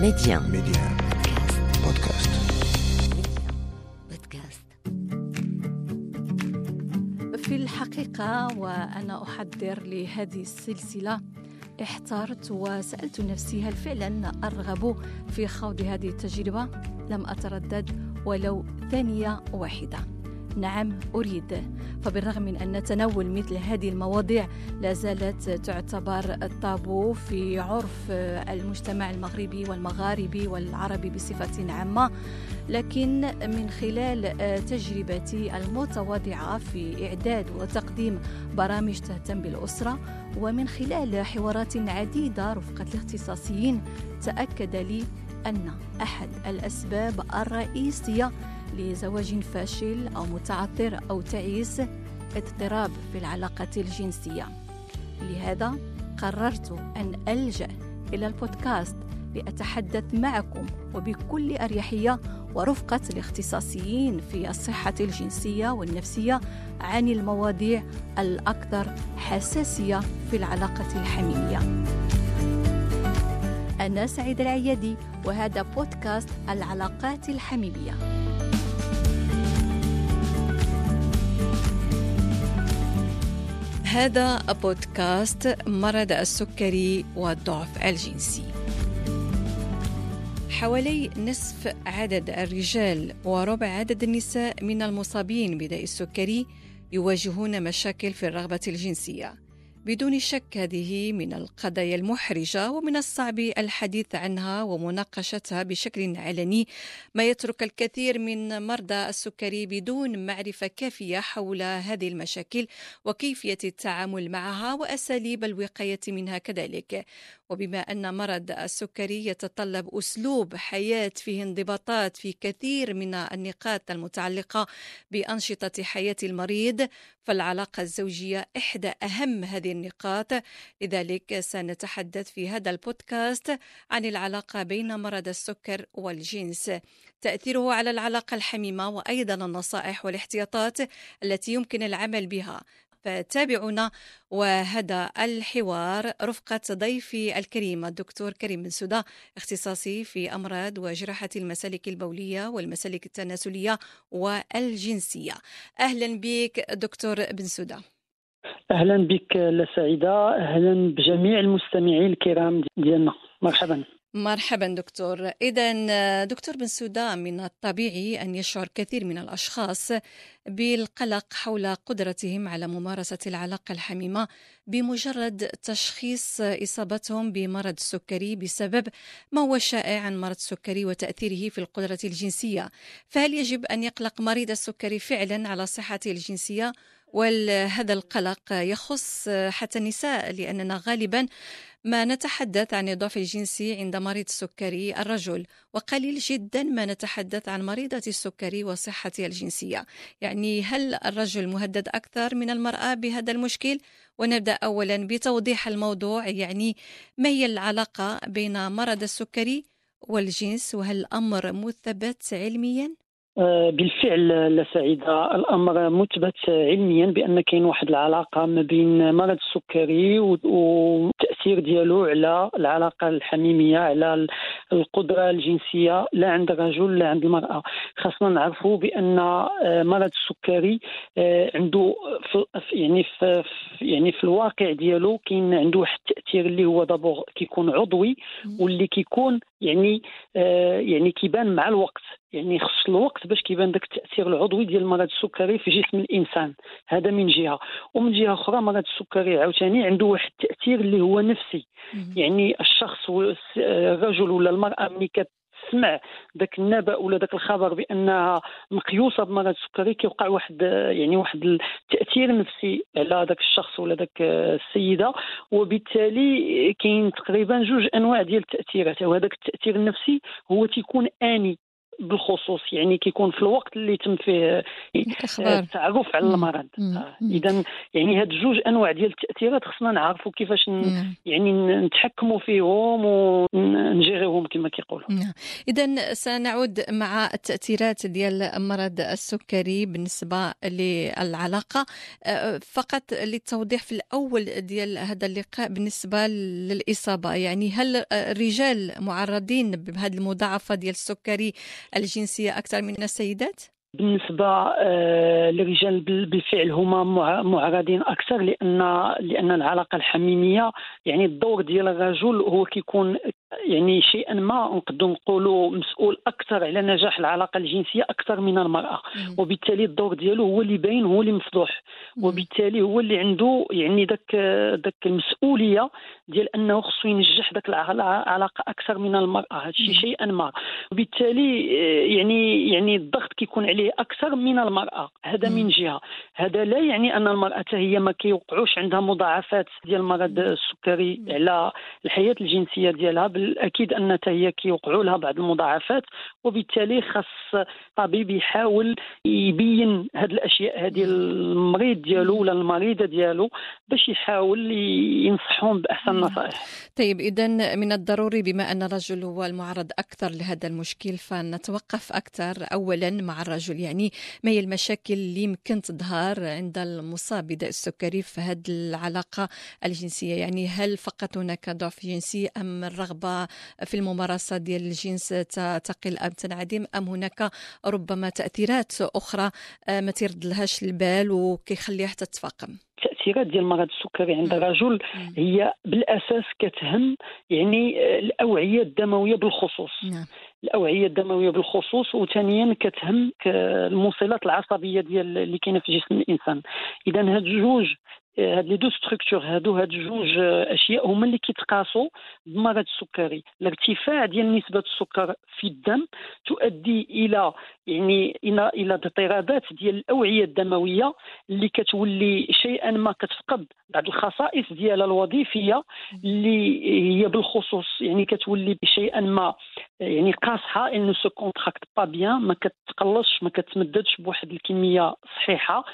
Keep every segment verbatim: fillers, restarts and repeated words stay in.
Média. Média. Podcast. Podcast. في الحقيقة وأنا أحضر لهذه السلسلة احترت وسألت نفسي هل فعلا أرغب في خوض هذه التجربة؟ لم أتردد ولو ثانية واحدة. نعم أريد، فبالرغم من أن تناول مثل هذه المواضيع لا زالت تعتبر الطابو في عرف المجتمع المغربي والمغاربي والعربي بصفة عامة، لكن من خلال تجربتي المتواضعة في إعداد وتقديم برامج تهتم بالأسرة، ومن خلال حوارات عديدة رفقة الاختصاصيين، تأكد لي أن أحد الأسباب الرئيسية لزواج فاشل أو متعثر أو تعيس اضطراب في العلاقة الجنسية. لهذا قررت أن ألجأ إلى البودكاست لأتحدث معكم وبكل أريحية ورفقة الاختصاصيين في الصحة الجنسية والنفسية عن المواضيع الأكثر حساسية في العلاقة الحميمية. أنا سعيد العيادي وهذا بودكاست العلاقات الحميمية. هذا بودكاست مرض السكري والضعف الجنسي. حوالي نصف عدد الرجال وربع عدد النساء من المصابين بداء السكري يواجهون مشاكل في الرغبة الجنسية. بدون شك هذه من القضايا المحرجة ومن الصعب الحديث عنها ومناقشتها بشكل علني، ما يترك الكثير من مرضى السكري بدون معرفة كافية حول هذه المشاكل وكيفية التعامل معها وأساليب الوقاية منها كذلك. وبما أن مرض السكري يتطلب أسلوب حياة فيه انضباطات في كثير من النقاط المتعلقة بأنشطة حياة المريض، فالعلاقة الزوجية إحدى أهم هذه النقاط. لذلك سنتحدث في هذا البودكاست عن العلاقة بين مرض السكر والجنس، تأثيره على العلاقة الحميمة، وأيضا النصائح والاحتياطات التي يمكن العمل بها. فتابعونا وهذا الحوار رفقة ضيفي الكريم الدكتور كريم بنسودة، اختصاصي في أمراض وجراحة المسالك البولية والمسالك التناسلية والجنسية. أهلا بك دكتور بنسودة. أهلا بك لسعيدة، أهلا بجميع المستمعين الكرام ديالنا. مرحبا. مرحبا دكتور. إذن دكتور بنسودة، من الطبيعي أن يشعر كثير من الأشخاص بالقلق حول قدرتهم على ممارسة العلاقة الحميمة بمجرد تشخيص إصابتهم بمرض السكري بسبب ما هو شائع عن مرض السكري وتأثيره في القدرة الجنسية. فهل يجب أن يقلق مريض السكري فعلا على صحته الجنسية؟ وهذا القلق يخص حتى النساء، لأننا غالبا ما نتحدث عن الضعف الجنسي عند مريض السكري الرجل، وقليل جدا ما نتحدث عن مريضة السكري وصحتها الجنسية. يعني هل الرجل مهدد أكثر من المرأة بهذا المشكل؟ ونبدأ أولا بتوضيح الموضوع، يعني ما هي العلاقة بين مرض السكري والجنس، وهل الأمر مثبت علميا؟ بالفعل لسعيدة، الأمر مثبت علميا بأن كاين واحد العلاقة ما بين مرض السكري والتأثير ديالو على العلاقة الحميمية، على القدرة الجنسية، لا عند الرجل لا عند المرأة. خاصنا نعرفوا بأن مرض السكري عنده في يعني في يعني في الواقع ديالو كاين عنده واحد التأثير اللي هو دابور كيكون عضوي، واللي كيكون يعني يعني كيبان مع الوقت. يعني خص الوقت باش كيبان داك التاثير العضوي ديال مرض السكري في جسم الانسان، هذا من جهه. ومن جهه اخرى مرض السكري عاوتاني عنده واحد التاثير اللي هو نفسي. يعني الشخص الرجل ولا المراه ملي كتسمع داك النبأ ولا داك الخبر بانها مقيوسه بمرض السكري، كيوقع واحد يعني واحد التاثير نفسي على داك الشخص ولا داك السيده، وبالتالي كاين تقريبا جوج انواع ديال التاثيرات. وهذاك التاثير النفسي هو تيكون اني بالخصوص يعني كيكون في الوقت اللي تم فيه التعرف على المرض. اذا يعني هاد جوج انواع ديال التاثيرات خصنا نعرفوا كيفاش ن... يعني نتحكموا فيهم ونجيريوهم كما كيقولوا. اذا سنعود مع التاثيرات ديال مرض السكري بالنسبه للعلاقه. فقط للتوضيح في الاول ديال هذا اللقاء بالنسبه للاصابه، يعني هل الرجال معرضين بهذه المضاعفه ديال السكري الجنسيه اكثر من السيدات؟ بالنسبة للرجال بالفعل هما معرضين أكثر، لأن لأن العلاقة الحميمية يعني الدور ديال الرجل هو كيكون يعني شيئا ما نقدر نقولوا مسؤول أكثر على نجاح العلاقة الجنسية أكثر من المرأة، وبالتالي الدور ديالو هو اللي باين، هو اللي مفضوح، وبالتالي هو اللي عنده يعني داك داك المسؤولية ديال أنه خصو ينجح داك العلاقة أكثر من المرأة. هذا الشيء شيئا ما، وبالتالي يعني يعني الضغط كيكون عليه أكثر من المرأة. هذا من جهة. هذا لا يعني أن المرأة هي ما كيوقعوش عندها مضاعفات ديال مرض السكري على الحياة الجنسية ديالها، بالأكيد أن هي كيوقعوا لها بعض المضاعفات، وبالتالي خاص طبيب يحاول يبين هذه الأشياء هذه المريض ديالو ولا المريضة ديالو باش يحاول ينصحهم بأحسن النصائح. طيب، إذن من الضروري بما أن الرجل هو المعرض أكثر لهذا المشكل فنتوقف أكثر أولا مع الرجل، يعني ما هي المشاكل اللي يمكن تظهر عند المصاب بداء السكري في هذه العلاقة الجنسية؟ يعني هل فقط هناك ضعف جنسي أم الرغبة في الممارسة ديال الجنس تقل أم تنعدم، أم هناك ربما تأثيرات أخرى ما ترد لهاش البال وكيخليها حتى تتفاقم؟ التأثيرات ديال مرض السكري عند الرجل هي بالأساس كتهم يعني الأوعية الدموية بالخصوص. نعم. الأوعية الدموية بالخصوص، وثانيا كتهم الموصلات العصبية ديال اللي كاينه في جسم الإنسان. إذا هاد جوج هاد لي دو ستركتور هادو هاد جوج اشياء هما اللي كيتقاسوا بمرض السكري. الارتفاع ديال نسبه السكر في الدم تؤدي الى يعني الى الى اضطرابات ديال الاوعيه الدمويه اللي كتولي شيئا ما كتفقد بعض الخصائص ديالها الوظيفيه اللي هي بالخصوص يعني كتولي شيئا ما يعني قاصحه، انه سو كونتراكت با بيان، ما كتقلصش ما كتمددش بواحد الكميه صحيحه،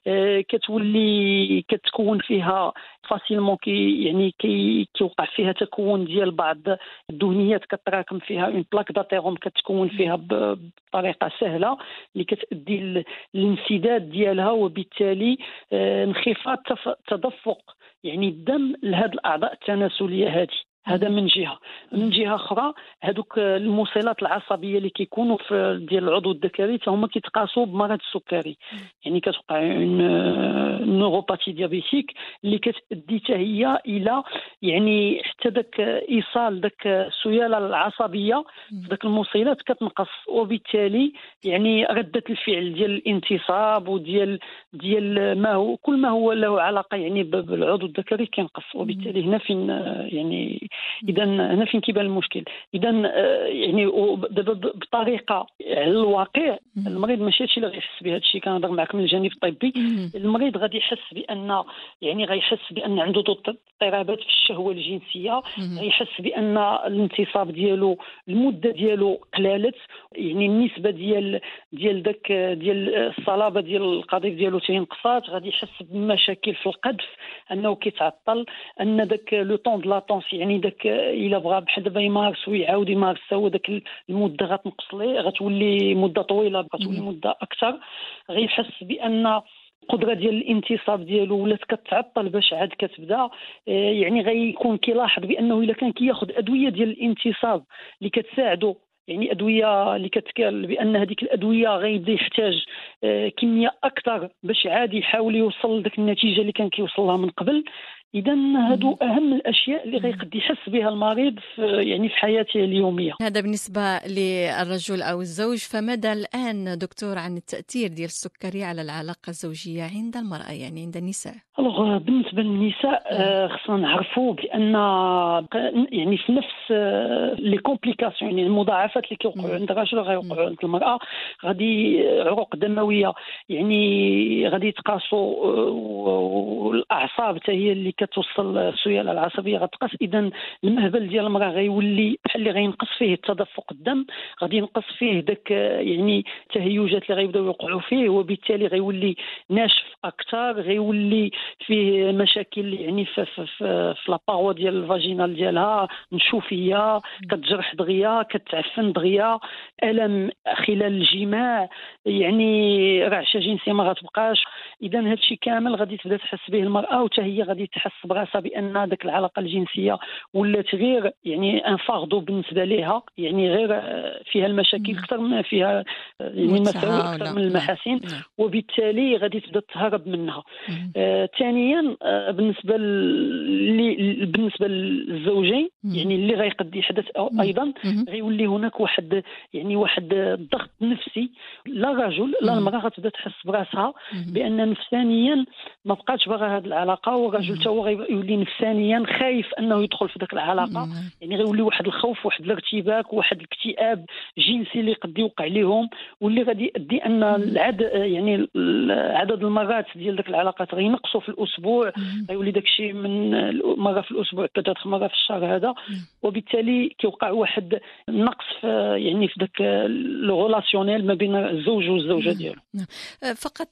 كتولي كتكون فيها فاسيلمون كي يعني كي كيوقع فيها تكون ديال بعض الدهنيات كتراكم فيها اون بلاك داتيروم كتكون فيها بطريقه سهله اللي كتؤدي للانسداد ديالها، وبالتالي انخفاض تدفق يعني الدم لهذه الاعضاء التناسليه هذه. هذا من جهه. من جهه اخرى هذوك الموصلات العصبيه اللي كيكونوا في ديال العضو الذكري هما كيتقاسوا بمرض السكري، يعني كتوقع نوروباثي ديابيتيك اللي كتؤدي حتى هي الى يعني حتى داك ايصال داك السياله العصبيه في داك الموصلات كتنقص، وبالتالي يعني رده الفعل ديال الانتصاب وديال ديال ما هو كل ما هو له علاقه يعني بالعضو الذكري كينقص، وبالتالي هنا فين يعني اذا هنا فين كيبان المشكل. اذا يعني بطريقه على الواقع المريض ماشي هادشي اللي غيحس به، هادشي كنهضر معك من الجانب الطبي. المريض غادي يحس بان يعني غيحس بان عنده اضطرابات في الشهوه الجنسيه، غيحس بان الانتصاب ديالو المده ديالو قلالت، يعني النسبه ديال ديال داك ديال الصلابه ديال القضيب ديالو تينقصات، غادي يحس بمشاكل في القذف، انه كيتعطل، ان داك لو طون دو لاتونس يعني داك الا بغى بحال دابا يمارس ويعاود يمارس هو داك المده غتنقص ليه، غتولي مده طويله، غتولي مده اكثر، غيحس بان القدره ديال الانتصاب ديالو ولات كتعطل باش عاد كتبدا، يعني غيكون كيلاحظ بانه الا كان كياخذ ادويه ديال الانتصاب اللي كتساعده، يعني ادويه اللي كتكال بان هذيك الادويه غيبدا يحتاج كميه اكثر باش عادي يحاول يوصل لذاك النتيجه اللي كان كيوصل لها من قبل. إذا هادو أهم الأشياء اللي غيقد يحس بها المريض في يعني في حياته اليومية. هذا بالنسبة للرجل أو الزوج. فماذا الآن دكتور عن التأثير ديال السكري على العلاقة الزوجية عند المرأة، يعني عند النساء؟ ألوغ بالنسبة للنساء خصنا نعرفوا بأن يعني في نفس لي كومبليكاسيون يعني المضاعفات اللي كيوقعوا عند الرجل غيوقعوا عند المرأة. غادي عروق دموية يعني غادي يتقاسوا، والأعصاب حتى هي اللي كتوصل السياله العصبيه غتقص، اذا المهبل ديال المراه غيولي بحال اللي غينقص فيه تدفق الدم، غادي ينقص فيه داك يعني التهيجات اللي غيبداو يوقعوا فيه، وبالتالي غيولي ناشف اكثر، غيولي فيه مشاكل يعني في في في, في لاباروا ديال الفاجينال ديالها، نشوفيه، كتجرح دغيا، كتعفن دغيا، الم خلال الجماع، يعني رعشه جنسيه ما غتبقاش. اذا هذا الشيء كامل غادي تبدا تحس به المراه، وحتى هي غادي تحس براسها بان داك العلاقه الجنسيه ولات غير يعني ان فاردو بالنسبه لها، يعني غير فيها المشاكل اكثر ما فيها يعني المساوئ اكثر من المحاسن، وبالتالي غادي تبدا تهرب منها. آه، ثانيا آه، بالنسبه ل... بالنسبه للزوجين يعني اللي غيقد يحدث ايضا غيولي هناك واحد يعني واحد الضغط نفسي، لا رجل لا المراه غتبدا تحس براسها بان نفسانيا ما بقاتش باغا هذه العلاقه، والرجل حتى هو غيولي نفسانيا خايف انه يدخل في ذاك العلاقه، يعني غيولي واحد الخوف، واحد الارتباك، واحد الاكتئاب جنسي اللي قد يوقع لهم، واللي غادي يؤدي ان العدد يعني عدد المرات ديال ذاك العلاقات غينقصوا في الاسبوع، غيولي داك الشيء من مره في الاسبوع ثلاث مرات في الشهر هذا، وبالتالي كيوقع واحد النقص في يعني في ذاك لو ريلاسيونيل ما بين الزوج والزوجه ديالو. فقط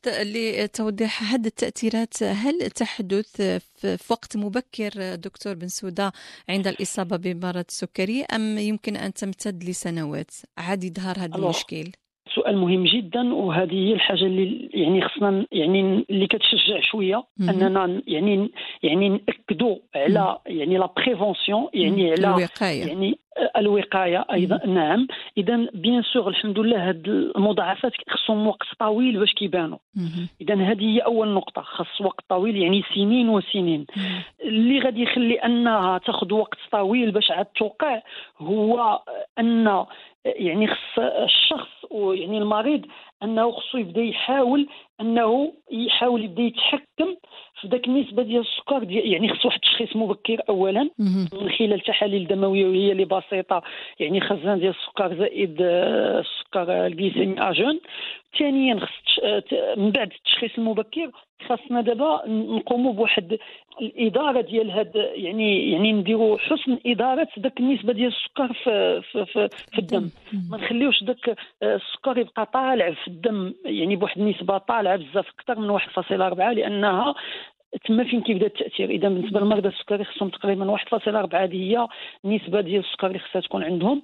لتوضيح هذه التأثيرات هل تحدث في وقت مبكر دكتور بنسودة عند الإصابة بمرض السكري أم يمكن أن تمتد لسنوات عاد يظهر هذا المشكل؟ سؤال مهم جدا، وهذه هي الحاجه اللي يعني خصنا يعني اللي كتشجع شويه اننا يعني يعني ناكدوا على يعني لا بريفونسيون، يعني على الوقايه يعني الوقايه ايضا. مم. نعم، اذا بيان سور الحمد لله هاد المضاعفات خصهم وقت طويل باش كيبانوا، اذا هذه هي اول نقطه، خص وقت طويل يعني سنين وسنين. مم. اللي غادي يخلي انها تاخذ وقت طويل باش عاد توقع هو ان يعني خص الشخص ويعني المريض انه خصو يبدا يحاول انه يحاول يبدا يتحكم في ذاك النسبه ديال السكر ديال، يعني خص واحد التشخيص مبكر اولا من خلال تحاليل دمويه وهي اللي بسيطه، يعني خزان ديال السكر زائد السكر الجليسيمي اجون. ثانيا خص من بعد التشخيص المبكر خاصنا دابا نقوموا بواحد الاداره ديال هاد يعني يعني نديروا حسن اداره ذاك النسبه ديال السكر في في في, في الدم، ما نخليوش ذاك السكر يبقى طالع في الدم يعني بواحد النسبه طالعه بزاف اكثر من واحد فاصلة أربعة، لانها تما فين كيبدا التاثير. اذا بالنسبه للمرضى السكري خصهم تقريبا واحد فاصلة أربعة هذه هي النسبه ديال السكر اللي خصها تكون عندهم،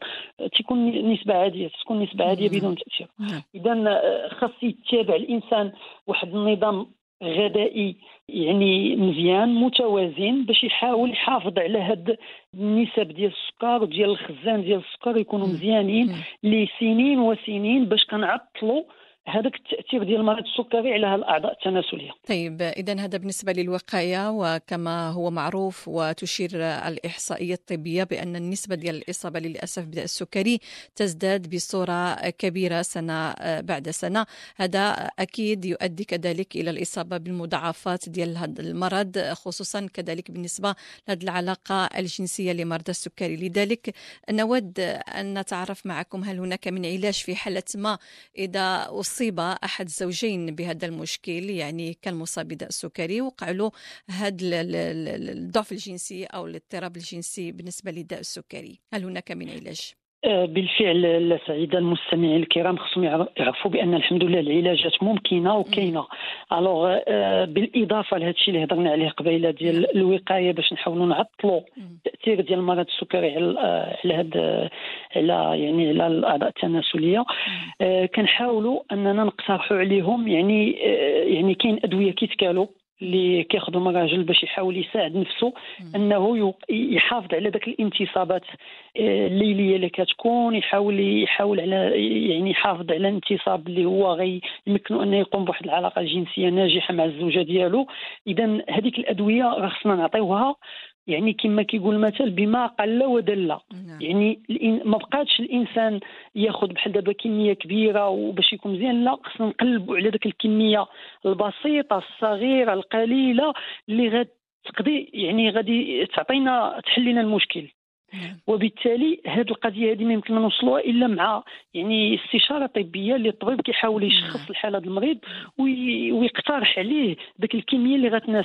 تكون نسبه عاديه، تكون نسبه عاديه بدون تاثير. اذا خاص يتبع الانسان واحد النظام غذائي يعني مزيان متوازن باش يحاول يحافظ على هاد النسب ديال السكر وديال الخزان ديال السكر يكونوا مزيانين لسنين وسنين باش كنعطلوا هذاك التأثير ديال المرض السكري على الأعضاء التناسلية. طيب إذا هذا بالنسبة للوقاية، وكما هو معروف وتشير الإحصائيات الطبية بأن النسبة ديال الإصابة للأسف بداء السكري تزداد بصورة كبيرة سنة بعد سنة، هذا أكيد يؤدي كذلك إلى الإصابة بالمضاعفات ديال هذا المرض، خصوصا كذلك بالنسبة لهذه العلاقة الجنسية لمرضى السكري. لذلك نود أن نتعرف معكم هل هناك من علاج في حالة ما إذا أصيب أحد الزوجين بهذا المشكل، يعني كالمصاب بداء السكري وقع له هذا الضعف الجنسي أو الاضطراب الجنسي بالنسبة لداء السكري، هل هناك من علاج؟ بالفعل سعيدة المستمعين الكرام خصهم يعرفوا بأن الحمد لله العلاجات ممكنة وكاينة. الوغ بالإضافة لهذا الشيء اللي هضرنا عليه قبيله ديال الوقاية باش نحاولوا نعطلوا التأثير ديال المرض السكري على هذا على يعني على الأعضاء التناسلية، كنحاولوا أننا نقترحوا عليهم يعني يعني كاين أدوية كيتكالوا اللي كياخذوا مراجل باش يحاول يساعد نفسه انه يحافظ على ذاك الانتصابات الليليه اللي كتكون، يحاول يحاول على يعني يحافظ على انتصاب اللي هو غيمكنه انه يقوم بواحد العلاقه جنسيه ناجحه مع الزوجه ديالو. اذا هذيك الادويه راه خصنا نعطيوها يعني كما كيقول المثل بما قل ودل، يعني ما بقاتش الانسان ياخذ بحال دابا كميه كبيره وباش يكون مزيان، لا خصنا نقلبوا على داك الكميه البسيطه الصغيره القليله اللي غتقضي يعني غادي تعطينا تحل لنا المشكل. وبالتالي هذه القضيه هذه ما يمكننا نوصلوها الا مع يعني استشاره طبيه اللي الطبيب كيحاول يشخص الحاله ديال المريض ويقترح عليه داك الكميه اللي غتناسبه.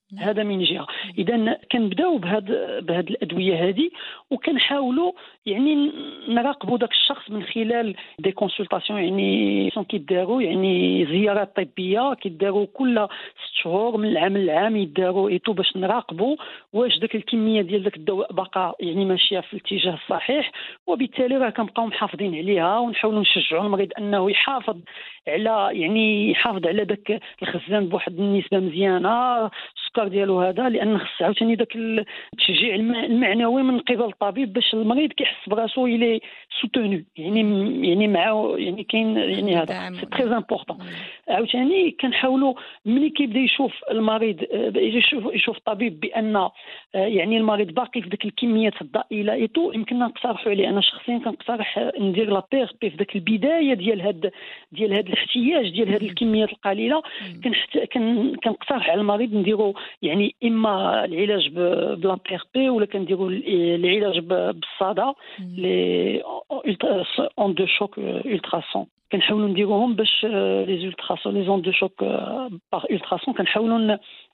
هذا من جهه. اذا كنبداو بهاد بهاد الادويه هذه، وكنحاولوا يعني نراقبوا داك الشخص من خلال دي كونسلطاسيون، يعني كيداروا يعني زيارات طبيه كيداروا كل ست شهور من العام للعام، يداروا ايتو باش نراقبوا واش داك الكميه ديال داك الدواء باقا يعني ماشيه في الاتجاه الصحيح، وبالتالي راه كنبقاو محافظين عليها ونحاولوا نشجعوا المريض انه يحافظ على يعني يحافظ على داك الخزان بواحد النسبه مزيانه السكر ديالو هذا، لان خص عاوتاني داك التشجيع المعنوي من قبل الطبيب باش المريض كيحس براسو يلي سوتونو، يعني يعني معاه يعني كاين يعني هذا سي تري امبورطون. عاوتاني كنحاولوا ملي كيبدا يشوف المريض يشوف يشوف الطبيب بان يعني المريض باقي في ديك الكميات الضئيله ايتو، يمكننا نقترحوا عليه. انا شخصيا كنقترح ندير لا بي بي في ديك البدايه ديال هاد ديال هاد الاحتياج ديال هاد الكميات القليله، كنقترح على المريض نديروا يعني اما العلاج بلا بي ار بي ولا كنديروا العلاج بالصدى لي اون دو شوك التراسون، كنحاولوا نديروهم باش لي التراسون لي زون دو شوك باغ التراسون كنحاولوا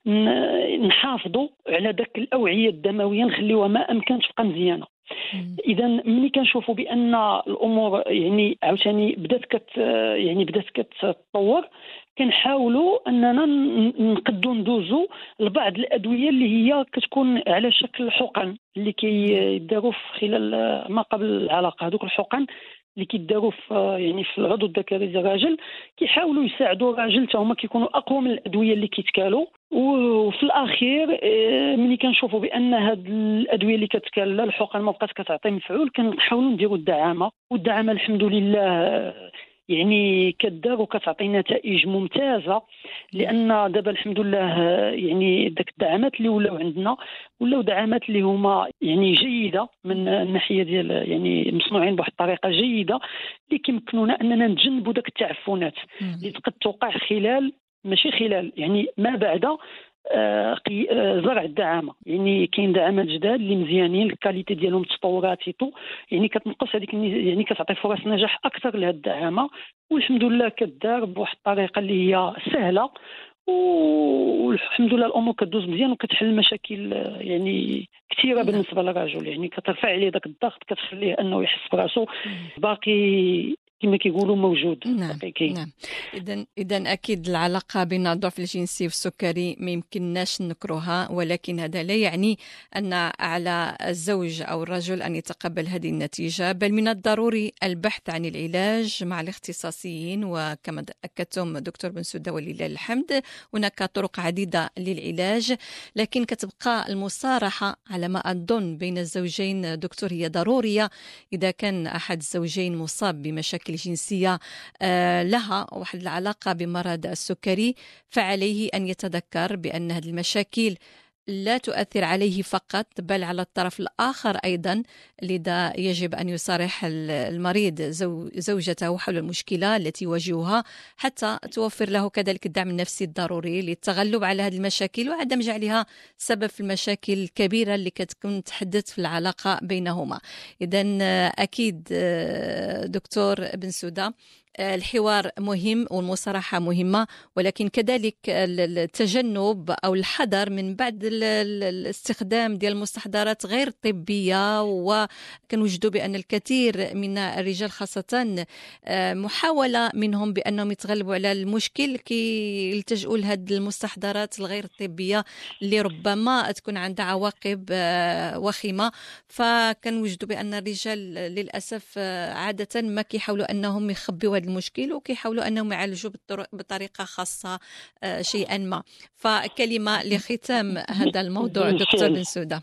نحافظوا على داك الاوعيه الدمويه، نخليوها ما امكن تبقى مزيانه. اذا ملي كنشوفوا بان الامور يعني عاوتاني بدات كت يعني بدات كتطور، كنحاولوا اننا نقدوا ندوزوا لبعض الادويه اللي هي كتكون على شكل حقن اللي كيداروا في خلال ما قبل العلاقه. هذوك الحقن اللي كيداروا في يعني في العضو الذكري ديال الراجل كيحاولوا يساعدوا الراجل حتى هما كيكونوا اقوى من الادويه اللي كيتكالوا. وفي الاخير ملي كنشوفوا بان هاد الادويه اللي كتكال الحقن ما بقات كتعطي مفعول، كنحاولوا نديروا الدعامه، والدعامه الحمد لله يعني كدار وكتعطي نتائج ممتازه، لان دابا الحمد لله يعني داك الدعامات اللي ولاو عندنا ولاو دعامات اللي هما يعني جيده من الناحيه ديال يعني مصنوعين بواحد الطريقه جيده اللي كيمكنونا اننا نتجنبوا داك التعفنات اللي تقد توقع خلال ماشي خلال يعني ما بعد آه زرع الدعامه. يعني كاين دعامات جداد اللي مزيانين الكاليتي ديالهم تطوراتيتو، يعني كتنقص هذيك يعني كتعطي فرص نجاح اكثر لهاد الدعامه، والحمد لله كدار بواحد الطريقه اللي هي سهله، والحمد لله الامور كدوز مزيان وكتحل مشاكل يعني كثيره بالنسبه للرجل. يعني كترفع عليه داك الضغط، كتخليه انه يحس براسو باقي كما كيقولوا موجود. نعم نعم. اذا اذا اكيد العلاقه بين الضعف الجنسي والسكري ما يمكنناش نكروها، ولكن هذا لا يعني ان على الزوج او الرجل ان يتقبل هذه النتيجه، بل من الضروري البحث عن العلاج مع الاختصاصيين. وكما اكدتم دكتور بنسوده ولله الحمد هناك طرق عديده للعلاج، لكن كتبقى المصارحه على ما اظن بين الزوجين دكتور هي ضروريه. اذا كان احد الزوجين مصاب بمشاكل الجنسية لها واحد العلاقة بمرض السكري، فعليه أن يتذكر بأن هذه المشاكل لا تؤثر عليه فقط بل على الطرف الآخر أيضا. لذا يجب أن يصارح المريض زوجته حول المشكلة التي يواجهها حتى توفر له كذلك الدعم النفسي الضروري للتغلب على هذه المشاكل وعدم جعلها سبب في المشاكل الكبيرة اللي كتكون تحدث في العلاقة بينهما. إذن أكيد دكتور بنسوده الحوار مهم والمصارحة مهمة، ولكن كذلك التجنب أو الحذر من بعض الاستخدام ديال المستحضرات غير طبية. وكنوجدوا بأن الكثير من الرجال خاصة محاولة منهم بأنهم يتغلبوا على المشكل كي يلتجئوا لهذه المستحضرات الغير طبية اللي ربما تكون عندها عواقب وخيمة. فكنوجدوا بأن الرجال للأسف عادة ما كيحاولوا أنهم يخبوا المشكل وكيحاولوا انهم يعالجوا بطريقه خاصه شيئا ما. فكلمه لختام هذا الموضوع دكتور بنسوده.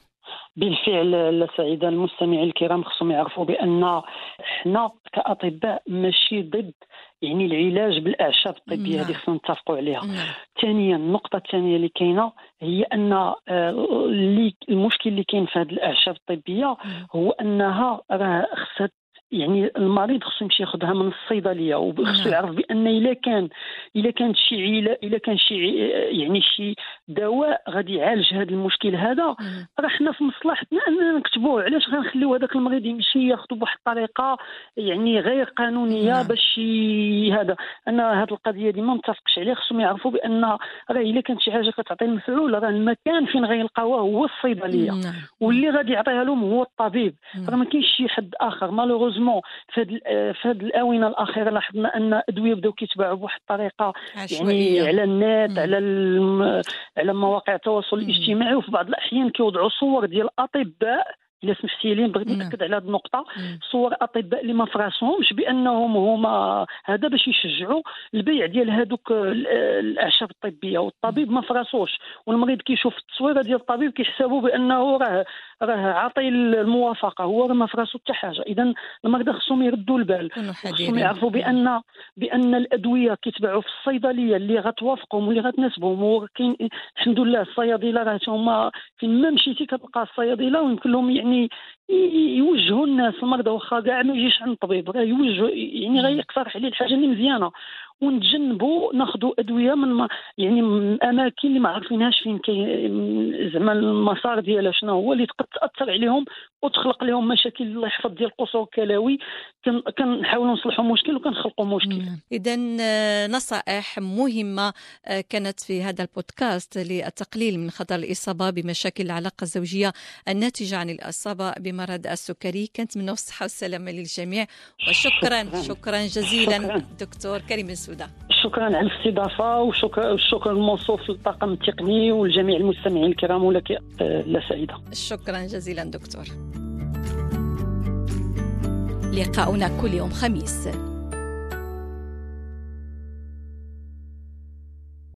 بالفعل سعيدة، المستمعين الكرام خصهم يعرفوا بان احنا كاطباء ماشي ضد يعني العلاج بالاعشاب الطبيه، هذه خصنا نتفقوا عليها. ثانيا النقطه الثانيه اللي كاينه هي ان المشكل اللي كاين في هذه الاعشاب الطبيه هو انها راه خصها يعني المريض خصو يمشي ياخذها من الصيدليه، وخصو يعرف بان الا كان الا كانت شي عيله الا كان شي يعني شي دواء غادي يعالج هذا المشكل هذا، راه حنا في مصلحتنا اننا نكتبوه. علاش غنخليو هذاك المريض يمشي ياخذ بواحد الطريقه يعني غير قانونيه باش هذا؟ انا هذه القضيه دي ما متفقش عليه. خصهم يعرفوا بان راه الا كانت شي حاجه كتعطي المفعول راه المكان فين غيلقاوه هو الصيدليه، واللي غادي يعطيها لهم هو الطبيب. راه ما كاينش شي حد اخر. مالوغوزمون في هذه في هذه الاونه الاخيره لاحظنا ان ادويه بداو كيتباعوا بواحد الطريقه يعني على النت مم. على الم... على مواقع التواصل الاجتماعي، وفي بعض الاحيان كيوضعوا صور ديال اطباء. إلا سمحتي لي بغيت نأكد على هذه النقطة، صور أطباء اللي ما فراسهمش بأنهم هما هذا باش يشجعوا البيع ديال هذوك الأعشاب الطبية، والطبيب ما فراسوش، والمريض كيشوف التصويرة ديال الطبيب كيحسبوا بأنه راه راه عاطي الموافقة، هو ما فراسو حتى حاجة. إذا المرضى خصهم يردوا البال، خصهم يعرفوا بأن بأن الأدوية كيتباعوا في الصيدلية اللي غتوافقهم واللي غتناسبهم. وكاين الحمد لله الصيادلة راه هما فين ما مشيتي كتلقى الصيادلة ويمكن لهم يعني يوجهوا الناس المرضى واخا كاع ما يجيش عند الطبيب، راه يوجهوا يعني غيقترح عليه الحاجه اللي مزيانه، ونتجنبوا ناخذوا ادويه من ما يعني من اماكن اللي ما عارفينهاش فين كاين زعما المسار ديالها شنو هو، اللي تقد تاثر عليهم وتخلق لهم مشاكل. الله يحفظ ديال القصور الكلوي كنحاولوا نصلحوا مشكل وكنخلقوا مشكل. اذا نصائح مهمه كانت في هذا البودكاست للتقليل من خطر الاصابه بمشاكل العلاقه الزوجيه الناتجه عن الاصابه بمرض السكري. كانت من الصحه والسلامه للجميع، وشكرا شكرا جزيلا شكرا. دكتور كريم بن سوده، شكرا على الاستضافه، وشكرا الشكر الموصوف للطاقم التقني والجميع المستمعين الكرام، ولك لا سعيده. شكرا جزيلا دكتور. لقاؤنا كل يوم خميس.